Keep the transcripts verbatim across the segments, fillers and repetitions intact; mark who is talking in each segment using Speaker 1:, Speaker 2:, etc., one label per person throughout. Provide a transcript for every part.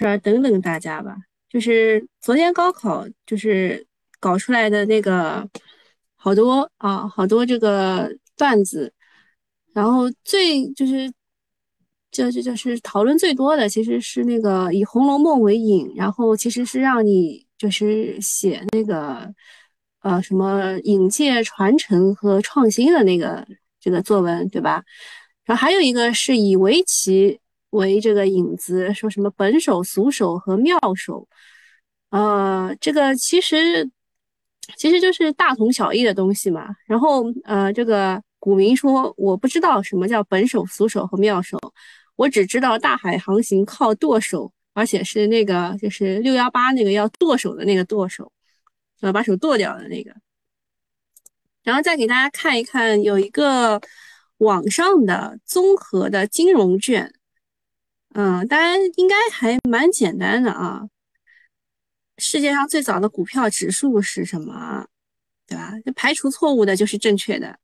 Speaker 1: 儿等等大家吧。就是昨天高考就是搞出来的那个好多啊，好多这个段子，然后最就是就就就是讨论最多的其实是那个以《红楼梦》为引，然后其实是让你就是写那个呃什么引介传承和创新的那个这个作文，对吧？然后还有一个是以围棋为这个引子，说什么本手、俗手和妙手，呃，这个其实其实就是大同小异的东西嘛。然后呃，这个古明说我不知道什么叫本手、俗手和妙手，我只知道大海航行靠舵手，而且是那个就是六幺八那个要剁手的那个剁手，呃，把手剁掉的那个。然后再给大家看一看，有一个网上的综合的金融卷，嗯，大家应该还蛮简单的啊。世界上最早的股票指数是什么？对吧？就排除错误的就是正确的。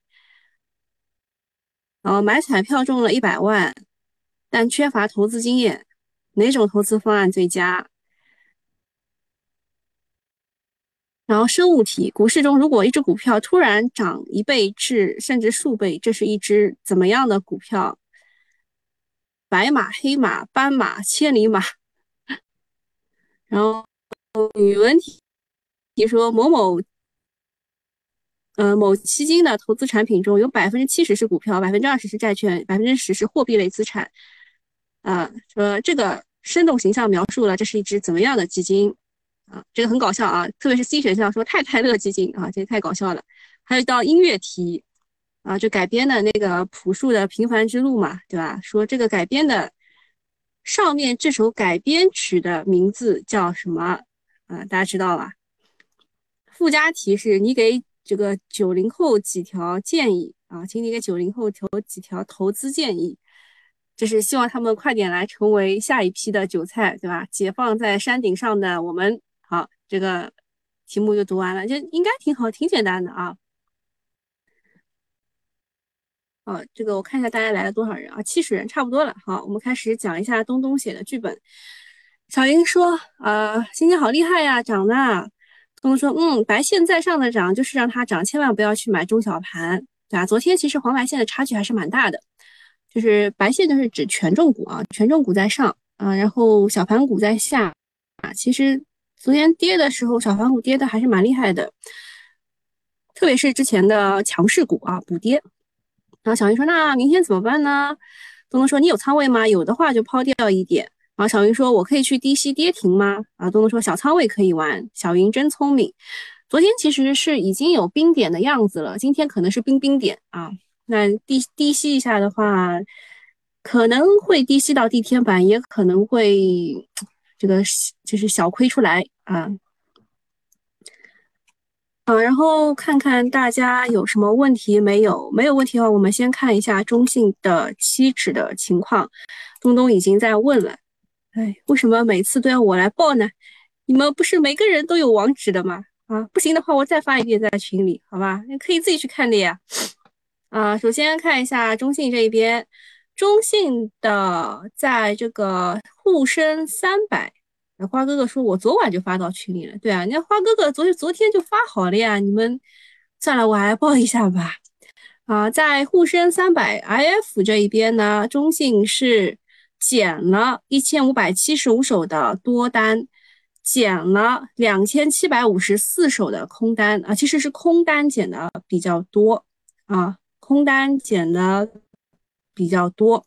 Speaker 1: 然后买彩票中了一百万，但缺乏投资经验，哪种投资方案最佳？然后生物题，股市中如果一只股票突然涨一倍至甚至数倍，这是一只怎么样的股票？白马、黑马、斑马、千里马。然后语文题题说某某呃某基金的投资产品中有百分之七十是股票，百分之二十是债券，百分之十是货币类资产。啊、呃说这个生动形象描述了这是一只怎么样的基金啊？这个很搞笑啊，特别是 C 选项说太太乐基金啊，这太搞笑了。还有一道音乐题啊，就改编的那个朴树的《平凡之路》嘛，对吧？说这个改编的上面这首改编曲的名字叫什么？啊，大家知道吧？附加题是你给这个九零后几条建议啊，请你给九零后投几条投资建议，就是希望他们快点来成为下一批的韭菜，对吧？解放在山顶上的我们，好，这个题目就读完了，就应该挺好，挺简单的啊。哦，这个我看一下大家来了多少人啊，七十人差不多了。好，我们开始讲一下东东写的剧本。小英说：“呃，今天好厉害呀，涨的。”东东说：“嗯，白线在上的涨，就是让它涨，千万不要去买中小盘，对吧？昨天其实黄白线的差距还是蛮大的，就是白线就是指权重股啊，权重股在上啊，然后小盘股在下啊。其实昨天跌的时候，小盘股跌的还是蛮厉害的，特别是之前的强势股啊，补跌。”然后小云说：“那明天怎么办呢？”东东说：“你有仓位吗？有的话就抛掉一点。”然后小云说：“我可以去低吸跌停吗？”啊，东东说：“小仓位可以玩。”小云真聪明。昨天其实是已经有冰点的样子了，今天可能是冰冰点啊。那低低吸一下的话，可能会低吸到地天板，也可能会这个就是小亏出来啊。啊，然后看看大家有什么问题没有？没有问题的话，我们先看一下中信的期指的情况。东东已经在问了，哎，为什么每次都要我来报呢？你们不是每个人都有网址的吗？啊，不行的话，我再发一遍在群里，好吧？你可以自己去看的呀。啊，首先看一下中信这一边，中信的在这个沪深三百。花哥哥说：“我昨晚就发到群里了。”对啊，那花哥哥昨天昨天就发好了呀。你们算了，我还报一下吧。啊，在沪深三百 I F 这一边呢，中信是减了一千五百七十五手的多单，减了两千七百五十四手的空单啊，其实是空单减的比较多啊，空单减的比较多。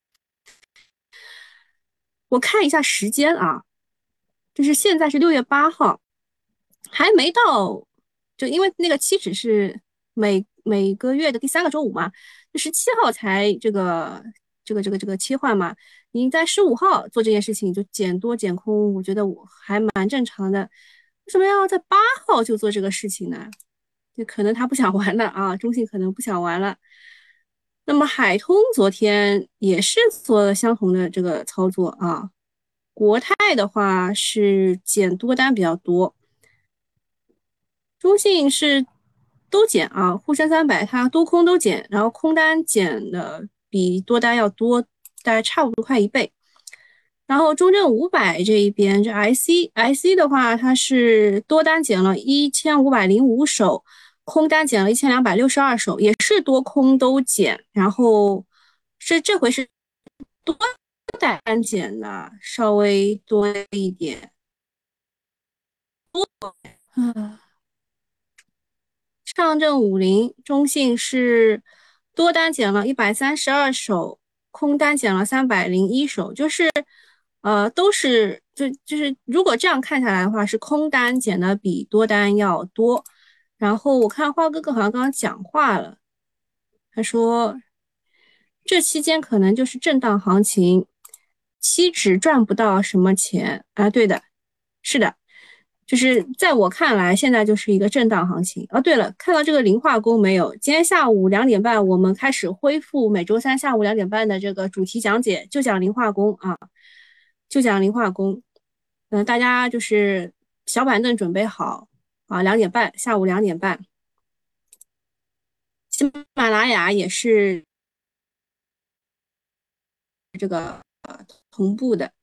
Speaker 1: 我看一下时间啊，就是现在是六月八号。还没到，就因为那个期指是每每个月的第三个周五嘛，就十七号才这个这个这个这个切换嘛。你在十五号做这件事情就减多减空，我觉得我还蛮正常的。为什么要在八号就做这个事情呢？就可能他不想玩了啊，中信可能不想玩了。那么海通昨天也是做了相同的这个操作啊。国泰的话是减多单比较多。中信是都减啊，沪深三百它多空都减，然后空单减的比多单要多，大概差不多快一倍。 然后中证五百这一边，这 I C I C 的话，它是多单减了一千五百零五手，空单减了一千两百六十二手，也是多空都减，然后是这回是多单减的，稍微多一点。啊，上证五零中信是多单减了一百三十二手，空单减了三百零一手，就是呃都是就就是如果这样看下来的话，是空单减的比多单要多。然后我看花哥哥好像刚刚讲话了，他说这期间可能就是震荡行情，期指赚不到什么钱啊。对的，是的，就是在我看来，现在就是一个震荡行情。哦，对了，看到这个磷化工没有？今天下午两点半，我们开始恢复每周三下午两点半的这个主题讲解，就讲磷化工啊，就讲磷化工。嗯、呃大家就是小板凳准备好啊，两点半，下午两点半。喜马拉雅也是同步的，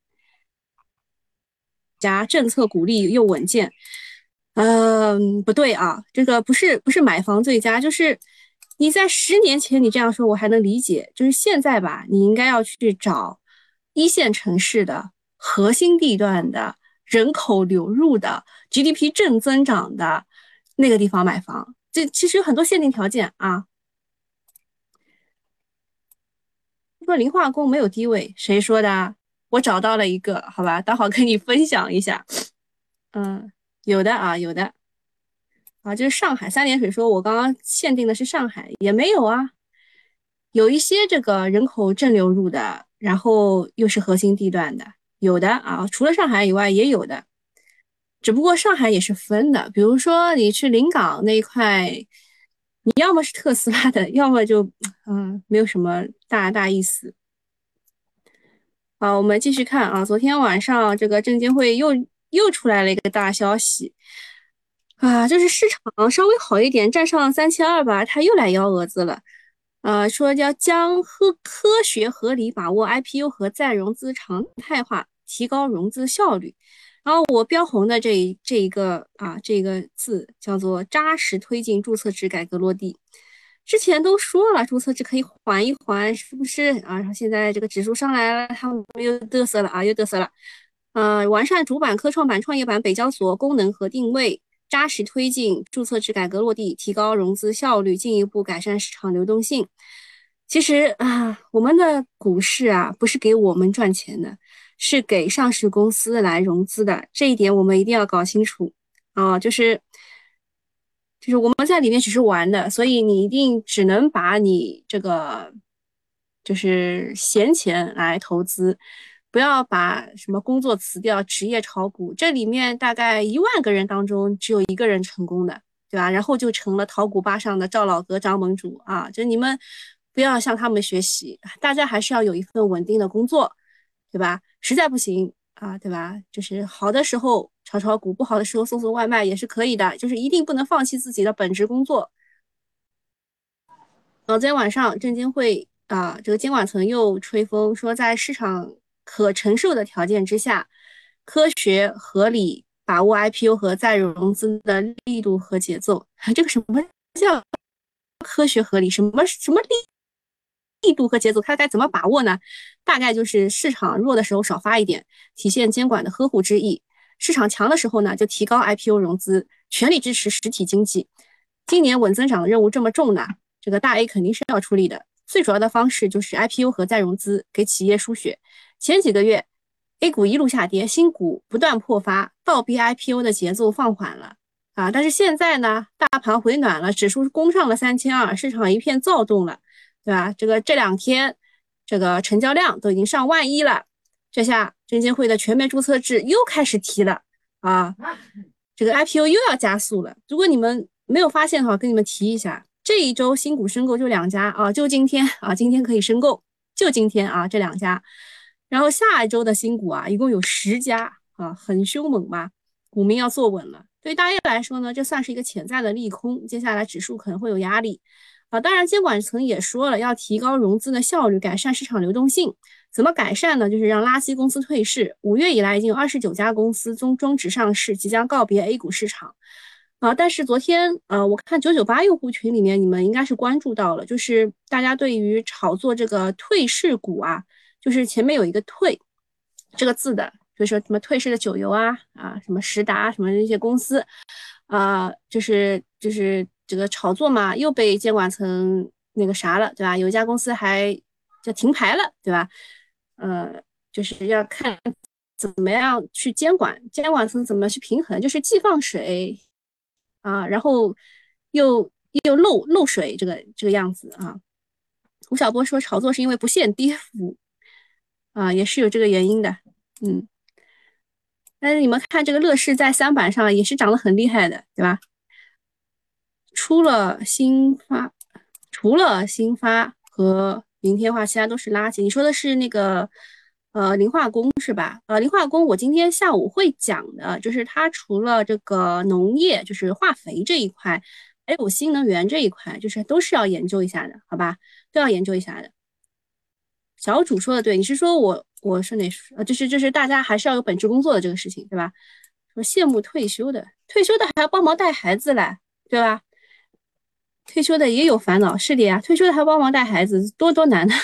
Speaker 1: 加政策鼓励又稳健。嗯，不对啊，这个不是不是买房最佳，就是你在十年前你这样说我还能理解，就是现在吧，你应该要去找一线城市的核心地段的人口流入的 G D P 正增长的那个地方买房。这其实有很多限定条件啊。说磷化工没有低位，谁说的啊？我找到了一个，好吧，待会儿跟你分享一下。嗯，有的啊，有的。啊，就是上海三点水说，我刚刚限定的是上海，也没有啊，有一些这个人口正流入的，然后又是核心地段的，有的啊，除了上海以外也有的，只不过上海也是分的，比如说你去临港那一块，你要么是特斯拉的，要么就嗯没有什么大大意思。好，我们继续看啊，昨天晚上这个证监会又又出来了一个大消息，啊，就是市场稍微好一点，站上三千二吧，他又来幺蛾子了。呃，说要将科科学合理把握 I P O 和再融资常态化，提高融资效率。然后我标红的这一这一个啊，这个字叫做扎实推进注册制改革落地。之前都说了，注册制可以缓一缓，是不是啊？然后现在这个指数上来了，他们又嘚瑟了啊，又嘚瑟了。呃，完善主板、科创板、创业板、北交所功能和定位，扎实推进注册制改革落地，提高融资效率，进一步改善市场流动性。其实啊，我们的股市啊，不是给我们赚钱的，是给上市公司来融资的，这一点我们一定要搞清楚啊。就是就是我们在里面只是玩的，所以你一定只能把你这个就是闲钱来投资，不要把什么工作辞掉，职业炒股。这里面大概一万个人当中只有一个人成功的，对吧？然后就成了淘股吧上的赵老哥、张盟主啊！就你们不要向他们学习，大家还是要有一份稳定的工作，对吧？实在不行啊，对吧？就是好的时候炒炒股，不好的时候送送外卖也是可以的，就是一定不能放弃自己的本职工作。然后昨天晚上证监会啊，这个监管层又吹风说，在市场可承受的条件之下，科学合理把握 I P O 和再融资的力度和节奏。这个什么叫科学合理？什么什么力力度和节奏？它该怎么把握呢？大概就是市场弱的时候少发一点，体现监管的呵护之意；市场强的时候呢，就提高 I P O 融资，全力支持实体经济。今年稳增长的任务这么重呢？这个大 A 肯定是要出力的。最主要的方式就是 I P O 和再融资，给企业输血。前几个月 A 股一路下跌，新股不断破发，倒逼 I P O 的节奏放缓了啊。但是现在呢，大盘回暖了，指数攻上了三千二，市场一片躁动了，对吧？这个这两天这个成交量都已经上万亿了，这下证监会的全面注册制又开始提了啊，这个 I P O 又要加速了。如果你们没有发现的话，跟你们提一下。这一周新股申购就两家啊，就今天啊，今天可以申购，就今天啊这两家，然后下一周的新股啊，一共有十家啊，很凶猛吧？股民要坐稳了。对大 A 来说呢，这算是一个潜在的利空，接下来指数可能会有压力啊，当然，监管层也说了，要提高融资的效率，改善市场流动性。怎么改善呢？就是让垃圾公司退市。五月以来，已经有二十九家公司终终止上市，即将告别 A 股市场。啊，但是昨天，呃，我看九九八用户群里面，你们应该是关注到了，就是大家对于炒作这个退市股啊，就是前面有一个"退"这个字的，就是说什么退市的九游啊，啊，什么实达什么这些公司，啊、就是就是这个炒作嘛，又被监管层那个啥了，对吧？有一家公司还叫停牌了，对吧？呃，就是要看怎么样去监管，监管层怎么去平衡，就是既放水啊，然后又又漏漏水这个这个样子啊。吴晓波说炒作是因为不限跌幅啊，也是有这个原因的，嗯。但是你们看这个乐视在三板上也是涨得很厉害的，对吧？出了新发，除了新发和明天化，其他都是垃圾。你说的是那个呃磷化工是吧？呃，磷化工我今天下午会讲的，就是它除了这个农业，就是化肥这一块，还有新能源这一块，就是都是要研究一下的，好吧？都要研究一下的。小主说的对，你是说我我是哪呃，就是就是大家还是要有本职工作的这个事情，对吧？说羡慕退休的，退休的还要帮忙带孩子嘞，对吧？退休的也有烦恼，是的呀，退休的还帮忙带孩子，多多难呐。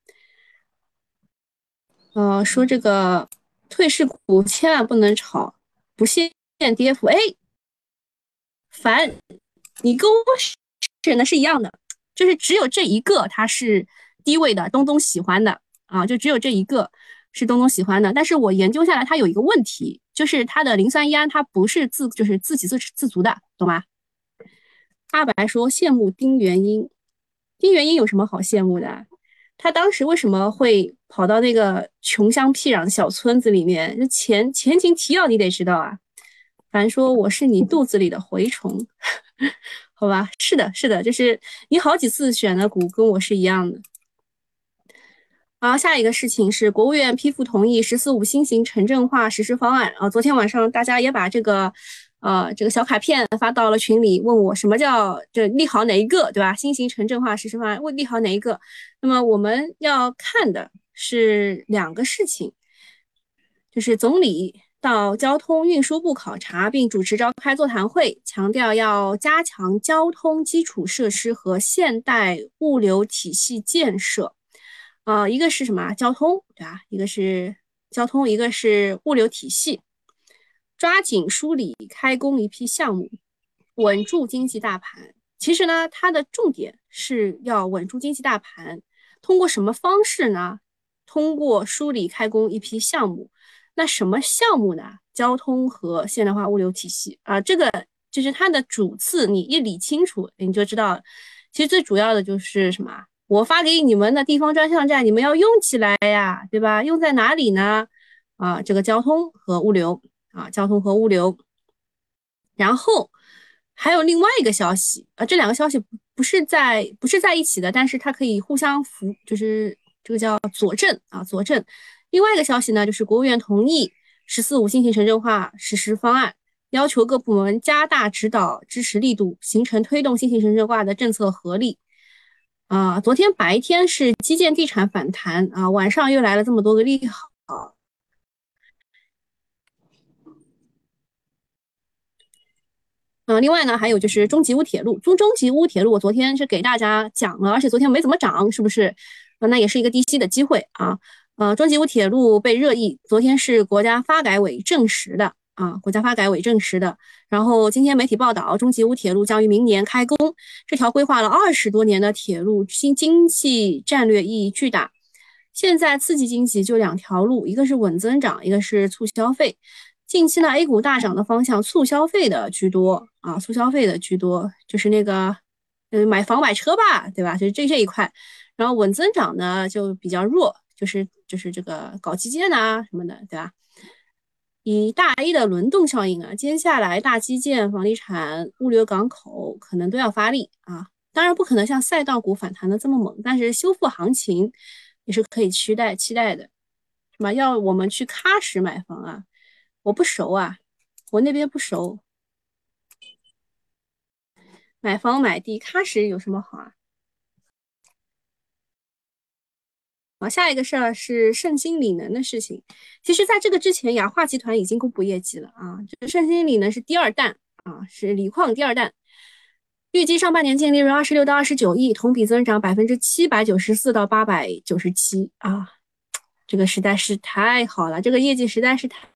Speaker 1: 呃，说这个退市股千万不能炒，不限跌幅。哎，烦，你跟我选的是一样的，就是只有这一个它是低位的，东东喜欢的啊，就只有这一个是东东喜欢的。但是我研究下来，它有一个问题，就是它的磷酸铵它不是自就是自给自自足的，懂吗？阿白说羡慕丁元英，丁元英有什么好羡慕的？他当时为什么会跑到那个穷乡僻壤的小村子里面？这前前情提要你得知道啊。凡说我是你肚子里的蛔虫，好吧？是的，是的，就是你好几次选的股跟我是一样的。好，下一个事情是国务院批复同意“十四五”新型城镇化实施方案啊。昨天晚上大家也把这个，呃，这个小卡片发到了群里，问我什么叫这利好哪一个，对吧？新型城镇化实施方案问利好哪一个？那么我们要看的是两个事情，就是总理到交通运输部考察，并主持召开座谈会，强调要加强交通基础设施和现代物流体系建设。啊、呃一个是什么？交通，对吧？一个是交通，一个是物流体系，抓紧梳理开工一批项目，稳住经济大盘。其实呢，它的重点是要稳住经济大盘，通过什么方式呢？通过梳理开工一批项目。那什么项目呢？交通和现代化物流体系啊，这个就是它的主次，你一理清楚，你就知道了。其实最主要的就是什么？我发给你们的地方专项债，你们要用起来呀，对吧？用在哪里呢？啊，这个交通和物流啊，交通和物流。然后还有另外一个消息啊，这两个消息不是在不是在一起的，但是它可以互相辅，就是这个叫佐证啊，佐证。另外一个消息呢，就是国务院同意“十四五”新型城镇化实施方案，要求各部门加大指导支持力度，形成推动新型城镇化的政策合力。啊，昨天白天是基建地产反弹啊，晚上又来了这么多个利好。嗯，另外呢，还有就是中吉乌铁路，中中吉乌铁路，我昨天是给大家讲了，而且昨天没怎么涨，是不是？啊，那也是一个低吸的机会啊。呃，中吉乌铁路被热议，昨天是国家发改委证实的啊，国家发改委证实的。然后今天媒体报道，中吉乌铁路将于明年开工，这条规划了二十多年的铁路，新经济战略意义巨大。现在刺激经济就两条路，一个是稳增长，一个是促消费。近期呢，A 股大涨的方向促消费的居多啊，促消费的居多，就是那个，嗯，买房买车吧，对吧？就是这这一块。然后稳增长呢就比较弱，就是就是这个搞基建啊什么的，对吧？以大 A 的轮动效应啊，接下来大基建、房地产、物流港口可能都要发力啊。当然不可能像赛道股反弹的这么猛，但是修复行情也是可以期待期待的。什么要我们去喀什买房啊？我不熟啊，我那边不熟。买房买地，喀什有什么好啊？ 啊，下一个事儿是圣鑫锂能的事情。其实，在这个之前，雅化集团已经公布业绩了啊，就是圣鑫锂能是第二弹啊，是锂矿第二弹，预计上半年净利润二十六到二十九亿，同比增长百分之七百九十四到八百九十七啊，这个实在是太好了，这个业绩实在是太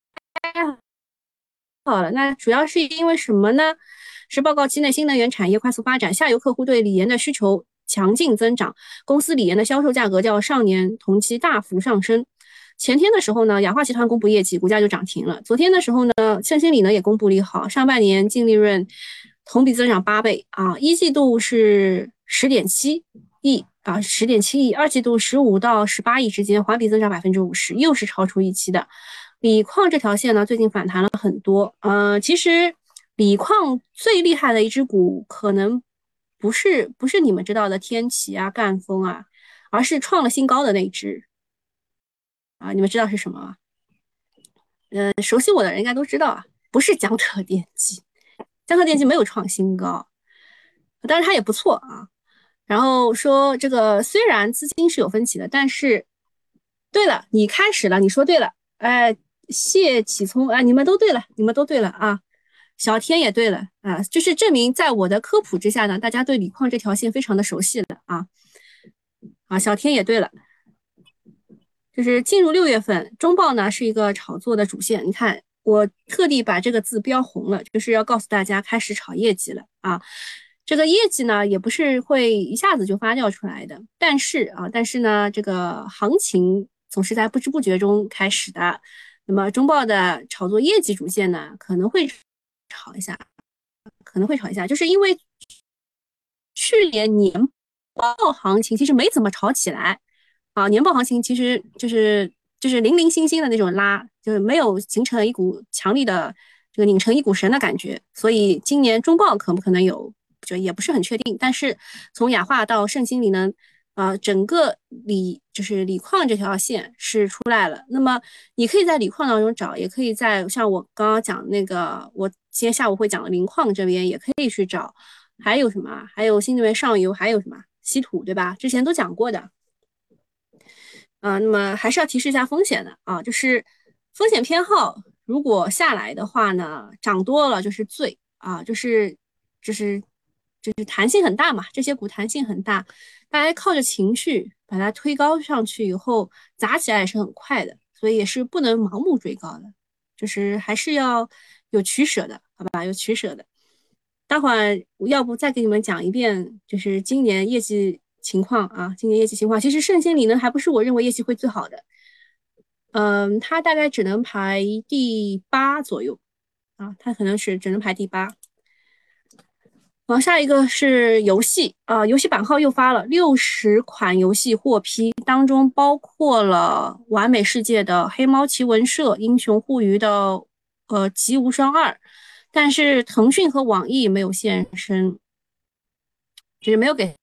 Speaker 1: 好了。那主要是因为什么呢？是报告期内新能源产业快速发展，下游客户对锂盐的需求强劲增长，公司锂盐的销售价格较上年同期大幅上升。前天的时候呢，雅化集团公布业绩，股价就涨停了。昨天的时候呢，圣鑫锂能也公布利好，上半年净利润同比增长八倍啊，一季度是十点七亿啊，十点七亿，二季度十五到十八亿之间，环比增长百分之五十，又是超出预期的。锂矿这条线呢，最近反弹了很多。呃，其实锂矿最厉害的一只股，可能不是不是你们知道的天齐啊、赣锋啊，而是创了新高的那只啊。你们知道是什么吗？呃，熟悉我的人应该都知道啊，不是江特电机，江特电机没有创新高，但是它也不错啊。然后说这个虽然资金是有分歧的，但是对了，你开始了，你说对了，哎，谢启聪，哎，你们都对了，你们都对了啊，小天也对了啊，就是证明在我的科普之下呢，大家对锂矿这条线非常的熟悉了啊啊，小天也对了，就是进入六月份，中报呢是一个炒作的主线，你看我特地把这个字标红了，就是要告诉大家开始炒业绩了啊。这个业绩呢也不是会一下子就发酵出来的，但是啊，但是呢，这个行情总是在不知不觉中开始的。那么中报的炒作业绩主线呢，可能会炒一下，可能会炒一下，就是因为去年年报行情其实没怎么炒起来啊，年报行情其实就是就是零零星星的那种拉，就是没有形成一股强力的这个拧成一股绳的感觉，所以今年中报可不可能有，就也不是很确定。但是从雅化到圣鑫锂能，呃，整个锂就是锂矿这条线是出来了。那么你可以在锂矿当中找，也可以在像我刚刚讲那个，我今天下午会讲的磷矿这边也可以去找。还有什么？还有新能源上游，还有什么稀土，对吧？之前都讲过的。啊、呃那么还是要提示一下风险的啊，就是风险偏好如果下来的话呢，涨多了就是罪啊，就是就是就是弹性很大嘛，这些股弹性很大，大家靠着情绪把它推高上去以后，砸起来也是很快的，所以也是不能盲目追高的，就是还是要有取舍的，好吧？有取舍的。待会儿要不再给你们讲一遍，就是今年业绩情况啊，今年业绩情况。其实圣仙里呢，还不是我认为业绩会最好的，嗯，它大概只能排第八左右啊，它可能是只能排第八。往下一个是游戏啊，游戏版号又发了六十款游戏获批，当中包括了完美世界的黑猫奇闻社、英雄互娱的呃极无双二，但是腾讯和网易没有现身，就是没有给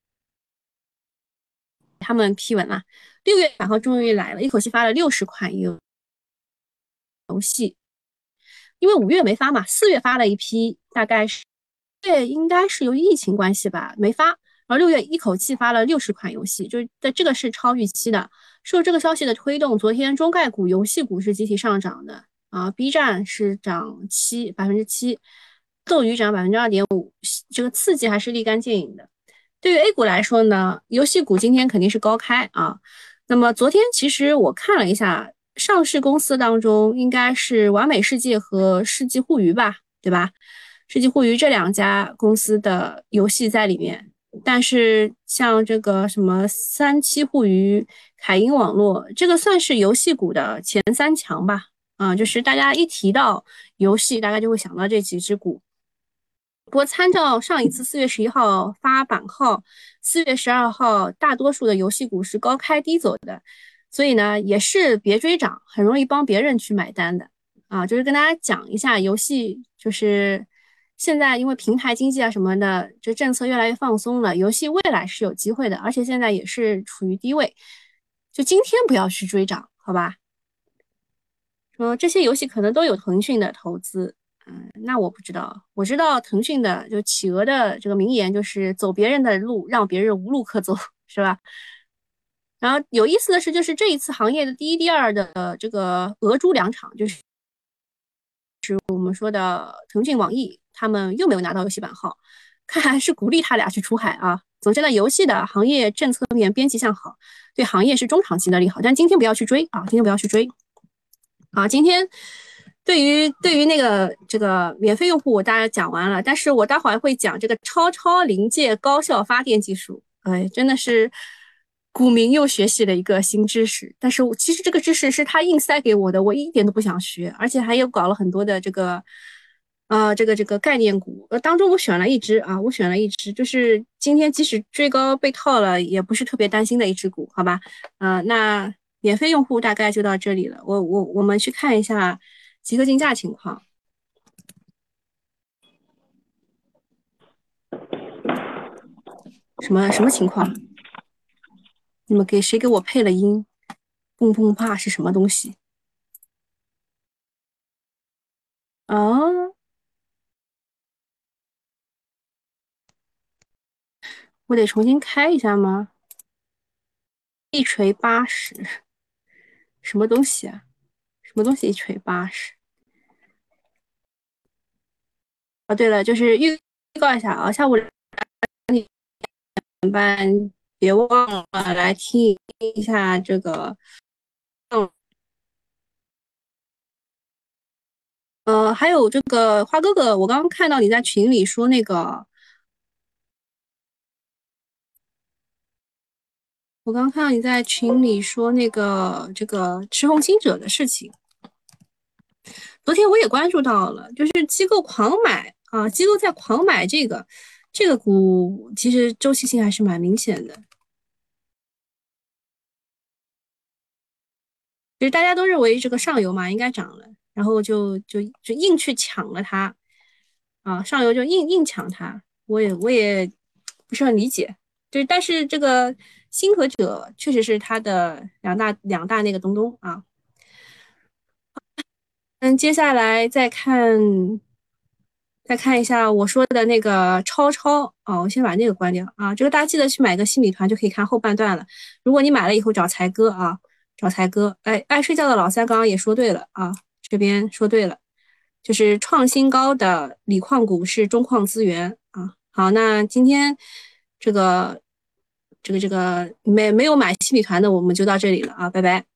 Speaker 1: 他们批文嘛。六月版号终于来了，一口气发了六十款游游戏，因为五月没发嘛，四月发了一批，大概是月应该是由于疫情关系吧，没发。然后六月一口气发了六十款游戏，就是在这个是超预期的。受这个消息的推动，昨天中概股、游戏股是集体上涨的啊，B 站是涨七百分之七，斗鱼涨百分之二点五，这个刺激还是立竿见影的。对于 A 股来说呢，游戏股今天肯定是高开啊。那么昨天其实我看了一下，上市公司当中应该是完美世界和世纪互娱吧，对吧？世纪互娱这两家公司的游戏在里面，但是像这个什么三七互娱、凯鹰网络，这个算是游戏股的前三强吧。啊，就是大家一提到游戏，大概就会想到这几只股。不过，参照上一次四月十一号发版号，四月十二号大多数的游戏股是高开低走的，所以呢，也是别追涨，很容易帮别人去买单的啊。就是跟大家讲一下，游戏就是现在因为平台经济啊什么的，这政策越来越放松了，游戏未来是有机会的，而且现在也是处于低位，就今天不要去追涨，好吧？说这些游戏可能都有腾讯的投资。嗯，那我不知道，我知道腾讯的就企鹅的这个名言就是走别人的路，让别人无路可走，是吧？ 然后有意思的是，就是这一次行业的第一、第二的这个俄猪两场，就是我们说的腾讯、网易，他们又没有拿到游戏版号，看来是鼓励他俩去出海啊。总之呢，游戏的行业政策面边际向好，对行业是中长期的利好。但今天不要去追啊，今天不要去追。好，今天对于对于那个这个免费用户，我大概讲完了，但是我待会儿会讲这个超超临界高效发电技术。哎，真的是股民又学习了一个新知识。但是我其实这个知识是他硬塞给我的，我一点都不想学，而且还有搞了很多的这个。呃，这个这个概念股，呃，当中我选了一只啊，我选了一只，就是今天即使追高被套了，也不是特别担心的一只股，好吧？呃，那免费用户大概就到这里了，我我我们去看一下集合竞价情况，什么什么情况？你们给谁给我配了音？蹦蹦啪是什么东西？啊，我得重新开一下吗？一锤八十，什么东西啊？什么东西一锤八十？啊，对了，就是预预告一下啊，下午班别忘了来听一下这个。嗯，呃，还有这个花哥哥，我刚刚看到你在群里说那个，我刚刚看到你在群里说那个这个赤红心者的事情。昨天我也关注到了，就是机构狂买啊，机构在狂买这个这个股，其实周期性还是蛮明显的。就是大家都认为这个上游嘛应该涨了，然后就就就硬去抢了它啊，上游就硬硬抢它，我也我也不是很理解。就是但是这个星河者确实是它的两大两大那个东东啊。嗯，接下来再看再看一下我说的那个超超啊，我先把那个关掉啊。这个大家记得去买个新米团就可以看后半段了。如果你买了以后找才哥啊，找才哥。哎，爱睡觉的老三刚刚也说对了啊，这边说对了，就是创新高的锂矿股是中矿资源啊。好，那今天这个这个这个没没有买新米团的，我们就到这里了啊，拜拜。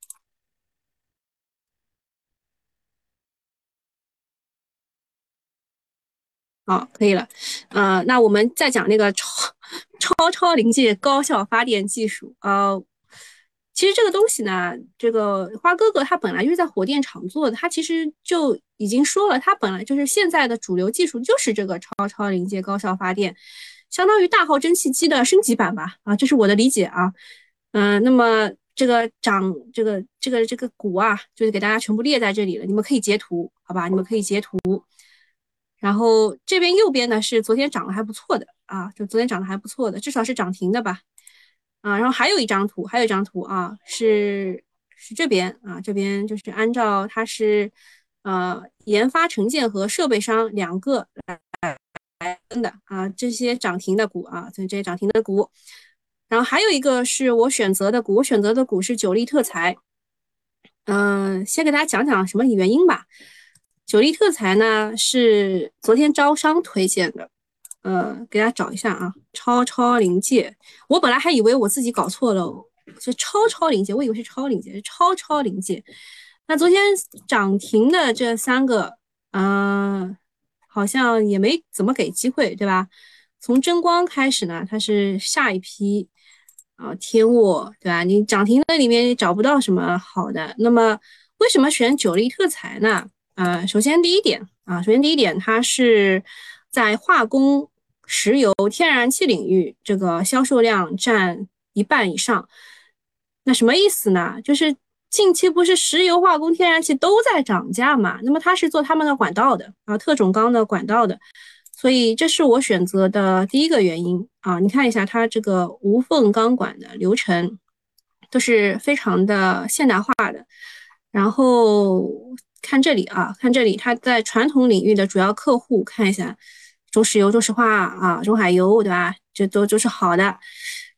Speaker 1: 好，可以了。呃，那我们再讲那个超超超临界高效发电技术。呃，其实这个东西呢，这个花哥哥他本来就是在火电厂做的，他其实就已经说了，他本来就是现在的主流技术就是这个超超临界高效发电，相当于大号蒸汽机的升级版吧。啊，这是我的理解啊。嗯、呃，那么这个涨这个这个这个股啊，就是给大家全部列在这里了，你们可以截图，好吧？你们可以截图。然后这边右边呢是昨天涨得还不错的啊，就昨天涨得还不错的，至少是涨停的吧。啊，然后还有一张图，还有一张图啊，是是这边啊，这边就是按照它是呃研发承建和设备商两个来分的啊，这些涨停的股啊，这些涨停的股。然后还有一个是我选择的股，我选择的股是九力特材。嗯、呃，先给大家讲讲什么原因吧。九力特材呢是昨天招商推荐的，呃，给大家找一下啊，超超临界。我本来还以为我自己搞错了，是超超临界，我以为是超临界，是超超临界。那昨天涨停的这三个，嗯、呃，好像也没怎么给机会，对吧？从真光开始呢，它是下一批啊，天沃，对吧？你涨停的里面找不到什么好的。那么为什么选九力特材呢？呃，首先第一点啊，首先第一点，它是在化工、石油、天然气领域这个销售量占一半以上。那什么意思呢？就是近期不是石油、化工、天然气都在涨价嘛？那么它是做他们的管道的啊，特种钢的管道的，所以这是我选择的第一个原因啊。你看一下它这个无缝钢管的流程，都是非常的现代化的。然后看这里啊，看这里，它在传统领域的主要客户，看一下中石油、中石化啊、中海油，对吧？这都都是好的。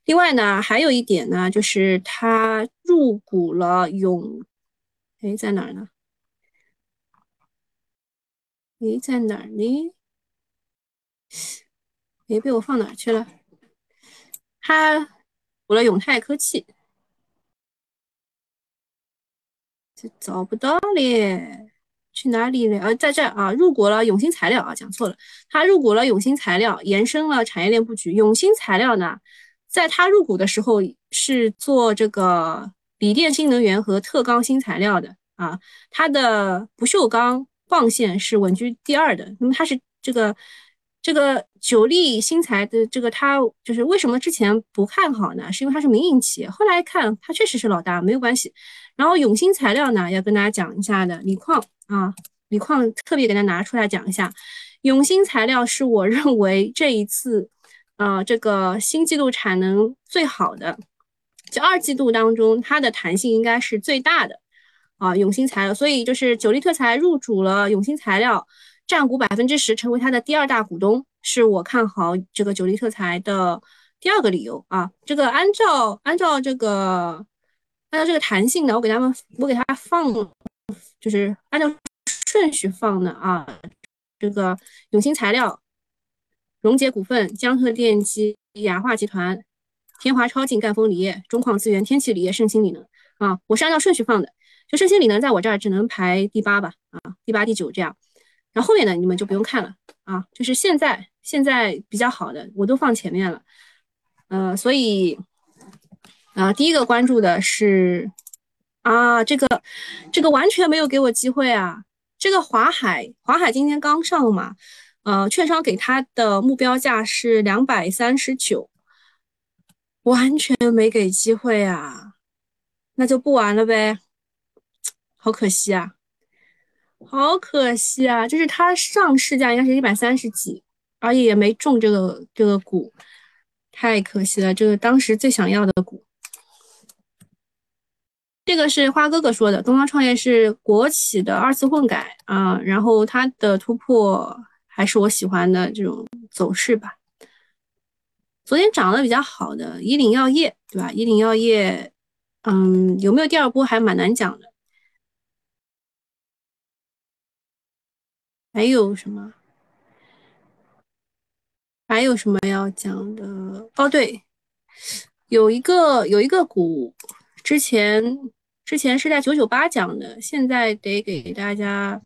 Speaker 1: 另外呢，还有一点呢，就是它入股了永，诶，在哪儿呢？诶，在哪儿呢？诶，被我放哪儿去了？它入股了永泰科技，这找不到咧，去哪里了？呃，在这儿啊，入股了永兴材料啊，讲错了，它入股了永兴材料，延伸了产业链布局。永兴材料呢，在它入股的时候是做这个锂电新能源和特钢新材料的啊，它的不锈钢棒线是稳居第二的。那么它是这个这个九力新材的这个，它就是为什么之前不看好呢？是因为它是民营企业，后来看它确实是老大，没有关系。然后永兴材料呢，要跟大家讲一下的，锂矿啊，锂矿特别给它拿出来讲一下。永兴材料是我认为这一次，呃，这个新季度产能最好的，就二季度当中，它的弹性应该是最大的啊。永兴材料，所以就是九力特材入主了永兴材料，占股百分之十，成为它的第二大股东，是我看好这个九力特材的第二个理由啊。这个按照按照这个按照这个弹性呢，我给他们我给它放，就是按照顺序放的啊。这个永兴材料、荣捷股份、江河电机、雅化集团、天华超净、赣锋锂业、中矿资源、天气锂业、盛鑫锂能啊，我是按照顺序放的。就盛鑫锂能在我这儿只能排第八吧，啊，第八、第九这样。然后后面的你们就不用看了啊，就是现在现在比较好的我都放前面了，呃，所以啊、呃，第一个关注的是啊，这个这个完全没有给我机会啊，这个华海华海今天刚上嘛，呃，券商给他的目标价是两百三十九，完全没给机会啊，那就不玩了呗，好可惜啊。好可惜啊！就是它上市价应该是一百三十几，而且也没中这个这个股，太可惜了。这个当时最想要的股，这个是花哥哥说的，东方创业是国企的二次混改啊，然后它的突破还是我喜欢的这种走势吧。昨天涨得比较好的以岭药业，对吧？以岭药业，嗯，有没有第二波还蛮难讲的。还有什么？还有什么要讲的？哦，对，有一个有一个股，之前之前是在九九八讲的，现在得给大家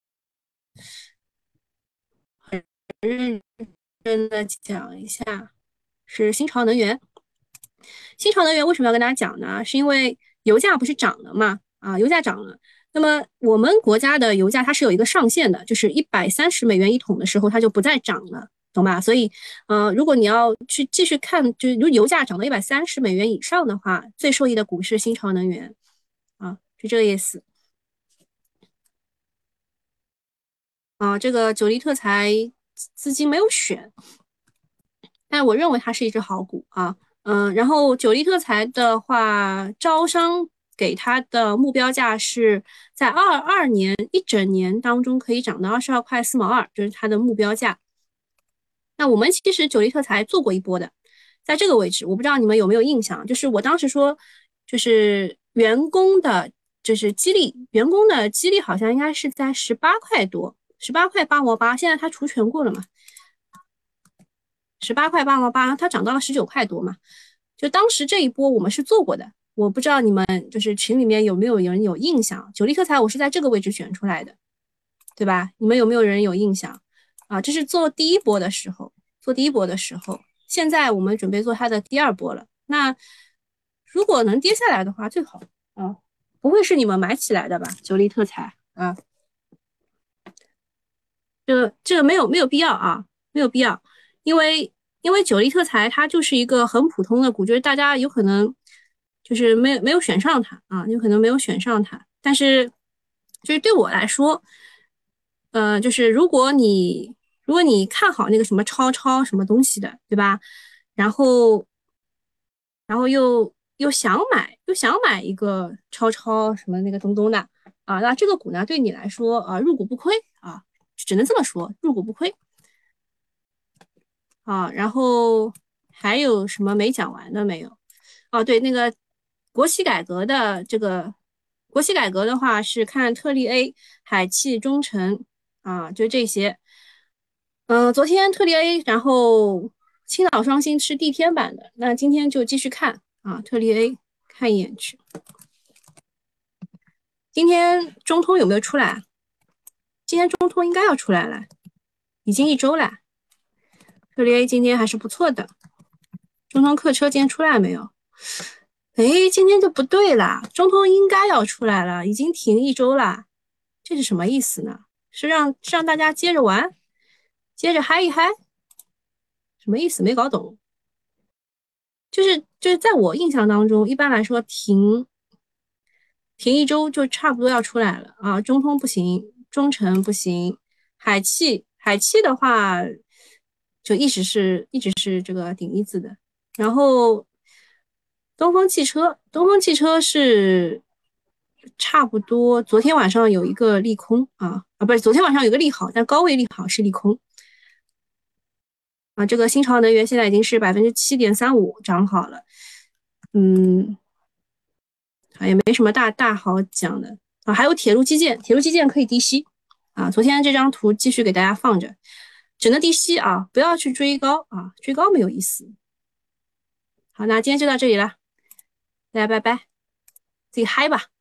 Speaker 1: 真的讲一下，是新潮能源。新潮能源为什么要跟大家讲呢？是因为油价不是涨了嘛？啊，油价涨了。那么我们国家的油价它是有一个上限的，就是一百三十美元一桶的时候，它就不再涨了，懂吧？所以，呃，如果你要去继续看，就是如果油价涨到一百三十美元以上的话，最受益的股是新潮能源啊，是这个意思啊。这个九黎特材资金没有选，但我认为它是一只好股啊。嗯，然后九黎特材的话，招商给它的目标价是在二二年一整年当中可以涨到二十二块四毛二，这是它的目标价。那我们其实九黎特材做过一波的，在这个位置，我不知道你们有没有印象，就是我当时说，就是员工的，就是激励，员工的激励好像应该是在十八块多，十八块八毛八，现在它除权过了嘛，十八块八毛八，它涨到了十九块多嘛。就当时这一波我们是做过的，我不知道你们就是群里面有没有人有印象？九力特材我是在这个位置选出来的，对吧？你们有没有人有印象？啊，这是做第一波的时候，做第一波的时候，现在我们准备做它的第二波了。那如果能跌下来的话，最好啊，不会是你们买起来的吧？九力特材啊，这个这个没有没有必要啊，没有必要，因为因为九力特材它就是一个很普通的股，就是大家有可能就是没有没有选上它啊，有可能没有选上它，但是就是对我来说，呃，就是如果你如果你看好那个什么超超什么东西的，对吧？然后然后又又想买又想买一个超超什么那个东东的啊，那这个股呢对你来说啊入股不亏啊，只能这么说，入股不亏。啊，然后还有什么没讲完的没有？哦，对，那个国企改革的这个国企改革的话是看特力 A、海汽、中城啊，就这些。嗯、呃昨天特力 A，然后青岛双星是地天版的，那今天就继续看啊，特力 A 看一眼去。今天中通有没有出来？今天中通应该要出来了，已经一周了。特力 A 今天还是不错的。中通客车今天出来没有？哎，今天就不对啦，中通应该要出来了，已经停一周啦，这是什么意思呢？是让是让大家接着玩，接着嗨一嗨，什么意思？没搞懂。就是就是在我印象当中，一般来说停停一周就差不多要出来了啊。中通不行，中城不行，海汽海汽的话就一直是一直是这个顶一字的。然后东风汽车，东风汽车是差不多，昨天晚上有一个利空啊啊，不是昨天晚上有个利好，但高位利好是利空啊。这个新潮能源现在已经是百分之七点三五涨好了，嗯，啊也没什么大大好讲的啊。还有铁路基建，铁路基建可以低吸啊。昨天这张图继续给大家放着，只能低吸啊，不要去追高啊，追高没有意思。好，那今天就到这里了，大家拜拜，自己嗨吧。